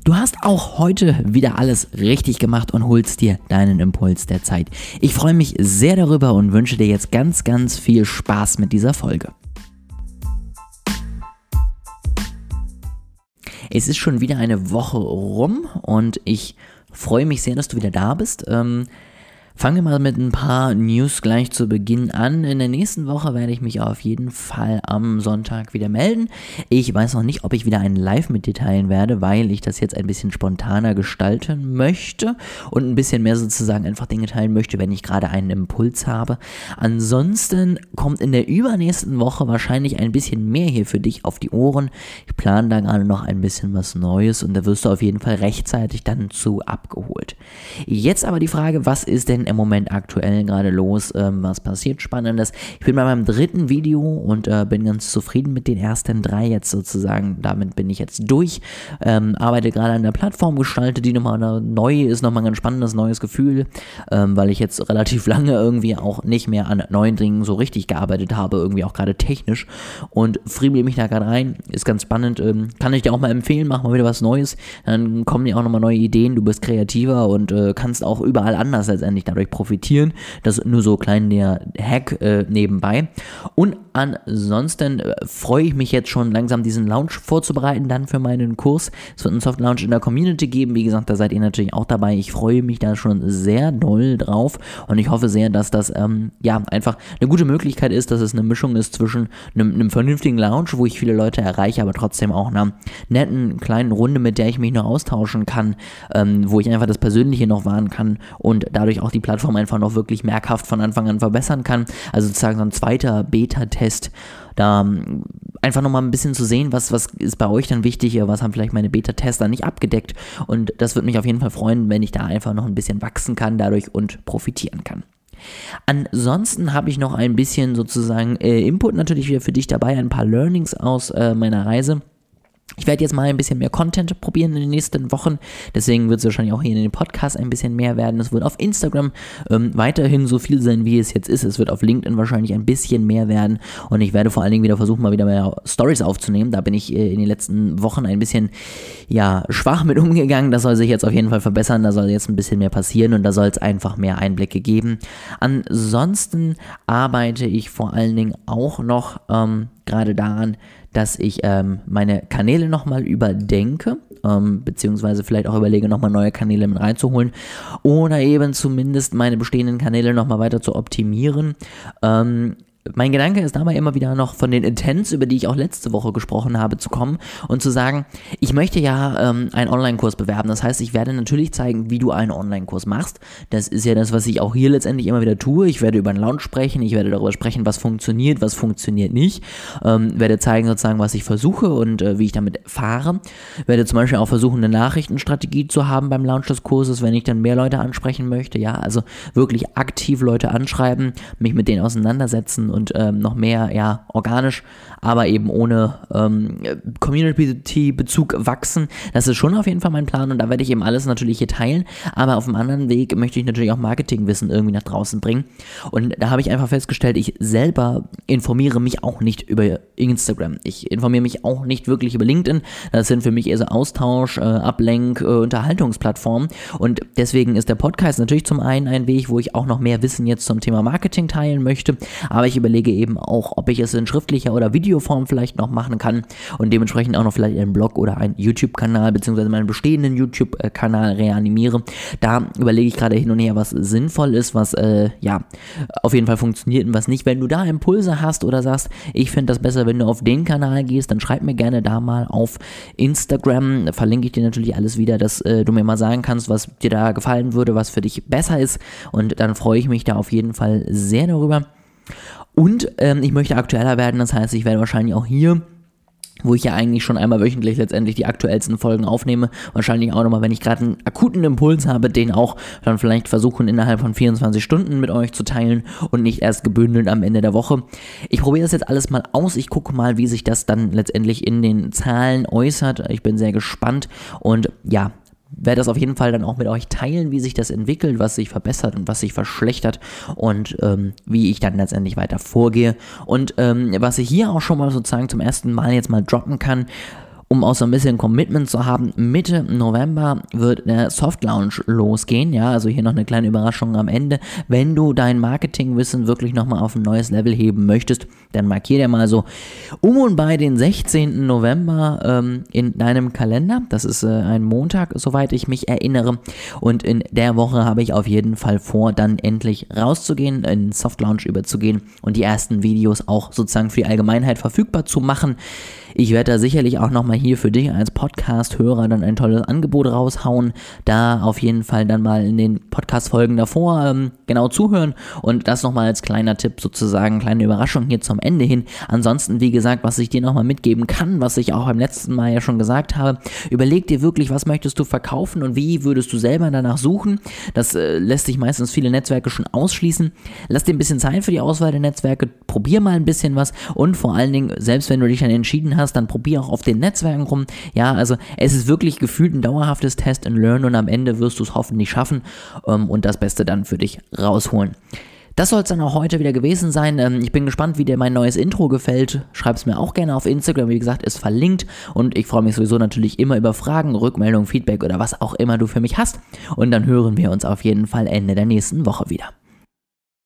Du hast auch heute wieder alles richtig gemacht und holst dir deinen Impuls der Zeit. Ich freue mich sehr darüber und wünsche dir jetzt ganz, ganz viel Spaß mit dieser Folge. Es ist schon wieder eine Woche rum und ich freue mich sehr, dass du wieder da bist. Fangen wir mal mit ein paar News gleich zu Beginn an. In der nächsten Woche werde ich mich auf jeden Fall am Sonntag wieder melden. Ich weiß noch nicht, ob ich wieder einen Live mit dir teilen werde, weil ich das jetzt ein bisschen spontaner gestalten möchte und ein bisschen mehr sozusagen einfach Dinge teilen möchte, wenn ich gerade einen Impuls habe. Ansonsten kommt in der übernächsten Woche wahrscheinlich ein bisschen mehr hier für dich auf die Ohren. Ich plane da gerade noch ein bisschen was Neues und da wirst du auf jeden Fall rechtzeitig dann zu abgeholt. Jetzt aber die Frage, was ist denn im Moment aktuell gerade los, was passiert Spannendes. Ich bin bei meinem 3. Video und bin ganz zufrieden mit den ersten 3 jetzt sozusagen. Damit bin ich jetzt durch. Arbeite gerade an der Plattform, gestalte die nochmal neu, ist nochmal ein ganz spannendes neues Gefühl, weil ich jetzt relativ lange irgendwie auch nicht mehr an neuen Dingen so richtig gearbeitet habe, irgendwie auch gerade technisch und friemel mich da gerade rein. Ist ganz spannend, kann ich dir auch mal empfehlen, mach mal wieder was Neues, dann kommen dir auch nochmal neue Ideen, du bist kreativer und kannst auch überall anders letztendlich dadurch profitieren. Das ist nur so klein der Hack nebenbei. Und ansonsten freue ich mich jetzt schon langsam, diesen Launch vorzubereiten, dann für meinen Kurs. Es wird einen Soft Launch in der Community geben. Wie gesagt, da seid ihr natürlich auch dabei. Ich freue mich da schon sehr doll drauf und ich hoffe sehr, dass das einfach eine gute Möglichkeit ist, dass es eine Mischung ist zwischen einem vernünftigen Launch, wo ich viele Leute erreiche, aber trotzdem auch einer netten kleinen Runde, mit der ich mich noch austauschen kann, wo ich einfach das Persönliche noch wahren kann und dadurch auch die Plattform einfach noch wirklich merkhaft von Anfang an verbessern kann. Also sozusagen so ein zweiter Beta-Test, da einfach nochmal ein bisschen zu sehen, was ist bei euch dann wichtig, was haben vielleicht meine Beta-Tester nicht abgedeckt und das würde mich auf jeden Fall freuen, wenn ich da einfach noch ein bisschen wachsen kann dadurch und profitieren kann. Ansonsten habe ich noch ein bisschen sozusagen Input natürlich wieder für dich dabei, ein paar Learnings aus meiner Reise. Ich werde jetzt mal ein bisschen mehr Content probieren in den nächsten Wochen, deswegen wird es wahrscheinlich auch hier in den Podcast ein bisschen mehr werden. Es wird auf Instagram weiterhin so viel sein, wie es jetzt ist. Es wird auf LinkedIn wahrscheinlich ein bisschen mehr werden und ich werde vor allen Dingen wieder versuchen, mal wieder mehr Stories aufzunehmen. Da bin ich in den letzten Wochen ein bisschen schwach mit umgegangen. Das soll sich jetzt auf jeden Fall verbessern, da soll jetzt ein bisschen mehr passieren und da soll es einfach mehr Einblicke geben. Ansonsten arbeite ich vor allen Dingen auch noch gerade daran, dass ich meine Kanäle nochmal überdenke, beziehungsweise vielleicht auch überlege, nochmal neue Kanäle mit reinzuholen oder eben zumindest meine bestehenden Kanäle nochmal weiter zu optimieren. Mein Gedanke ist dabei immer wieder noch von den Intents, über die ich auch letzte Woche gesprochen habe, zu kommen und zu sagen, ich möchte einen Online-Kurs bewerben. Das heißt, ich werde natürlich zeigen, wie du einen Online-Kurs machst. Das ist ja das, was ich auch hier letztendlich immer wieder tue. Ich werde über einen Launch sprechen, ich werde darüber sprechen, was funktioniert nicht. Werde zeigen sozusagen, was ich versuche und wie ich damit fahre. Werde zum Beispiel auch versuchen, eine Nachrichtenstrategie zu haben beim Launch des Kurses, wenn ich dann mehr Leute ansprechen möchte. Ja, also wirklich aktiv Leute anschreiben, mich mit denen auseinandersetzen und noch mehr, organisch, aber eben ohne Community-Bezug wachsen. Das ist schon auf jeden Fall mein Plan und da werde ich eben alles natürlich hier teilen, aber auf einem anderen Weg möchte ich natürlich auch Marketingwissen irgendwie nach draußen bringen und da habe ich einfach festgestellt, ich selber informiere mich auch nicht über Instagram. Ich informiere mich auch nicht wirklich über LinkedIn. Das sind für mich eher so Austausch, Ablenk, Unterhaltungsplattformen und deswegen ist der Podcast natürlich zum einen ein Weg, wo ich auch noch mehr Wissen jetzt zum Thema Marketing teilen möchte, aber ich überlege eben auch, ob ich es in schriftlicher oder Videoform vielleicht noch machen kann und dementsprechend auch noch vielleicht einen Blog oder einen YouTube-Kanal beziehungsweise meinen bestehenden YouTube-Kanal reanimiere. Da überlege ich gerade hin und her, was sinnvoll ist, was auf jeden Fall funktioniert und was nicht. Wenn du da Impulse hast oder sagst, ich finde das besser, wenn du auf den Kanal gehst, dann schreib mir gerne da mal auf Instagram. Da verlinke ich dir natürlich alles wieder, dass du mir mal sagen kannst, was dir da gefallen würde, was für dich besser ist und dann freue ich mich da auf jeden Fall sehr darüber. Und ich möchte aktueller werden, das heißt, ich werde wahrscheinlich auch hier, wo ich ja eigentlich schon einmal wöchentlich letztendlich die aktuellsten Folgen aufnehme, wahrscheinlich auch nochmal, wenn ich gerade einen akuten Impuls habe, den auch dann vielleicht versuchen, innerhalb von 24 Stunden mit euch zu teilen und nicht erst gebündelt am Ende der Woche. Ich probiere das jetzt alles mal aus, ich gucke mal, wie sich das dann letztendlich in den Zahlen äußert. Ich bin sehr gespannt und werde das auf jeden Fall dann auch mit euch teilen, wie sich das entwickelt, was sich verbessert und was sich verschlechtert und wie ich dann letztendlich weiter vorgehe. Und was ich hier auch schon mal sozusagen zum ersten Mal jetzt mal droppen kann, um auch so ein bisschen Commitment zu haben, Mitte November wird der Soft Launch losgehen, ja, also hier noch eine kleine Überraschung am Ende. Wenn du dein Marketingwissen wirklich nochmal auf ein neues Level heben möchtest, dann markier dir mal so und bei den 16. November in deinem Kalender. Das ist ein Montag, soweit ich mich erinnere. Und in der Woche habe ich auf jeden Fall vor, dann endlich rauszugehen, in den Soft Launch überzugehen und die ersten Videos auch sozusagen für die Allgemeinheit verfügbar zu machen. Ich werde da sicherlich auch nochmal hier für dich als Podcast-Hörer dann ein tolles Angebot raushauen. Da auf jeden Fall dann mal in den Podcast-Folgen davor genau zuhören und das nochmal als kleiner Tipp sozusagen, kleine Überraschung hier zum Ende hin. Ansonsten, wie gesagt, was ich dir nochmal mitgeben kann, was ich auch beim letzten Mal ja schon gesagt habe, überleg dir wirklich, was möchtest du verkaufen und wie würdest du selber danach suchen. Das lässt sich meistens viele Netzwerke schon ausschließen. Lass dir ein bisschen Zeit für die Auswahl der Netzwerke, probier mal ein bisschen was und vor allen Dingen, selbst wenn du dich dann entschieden hast, dann probier auch auf den Netzwerken rum. Ja, also es ist wirklich gefühlt ein dauerhaftes Test and Learn und am Ende wirst du es hoffentlich schaffen und das Beste dann für dich rausholen. Das soll es dann auch heute wieder gewesen sein. Ich bin gespannt, wie dir mein neues Intro gefällt. Schreib es mir auch gerne auf Instagram. Wie gesagt, ist verlinkt. Und ich freue mich sowieso natürlich immer über Fragen, Rückmeldungen, Feedback oder was auch immer du für mich hast. Und dann hören wir uns auf jeden Fall Ende der nächsten Woche wieder.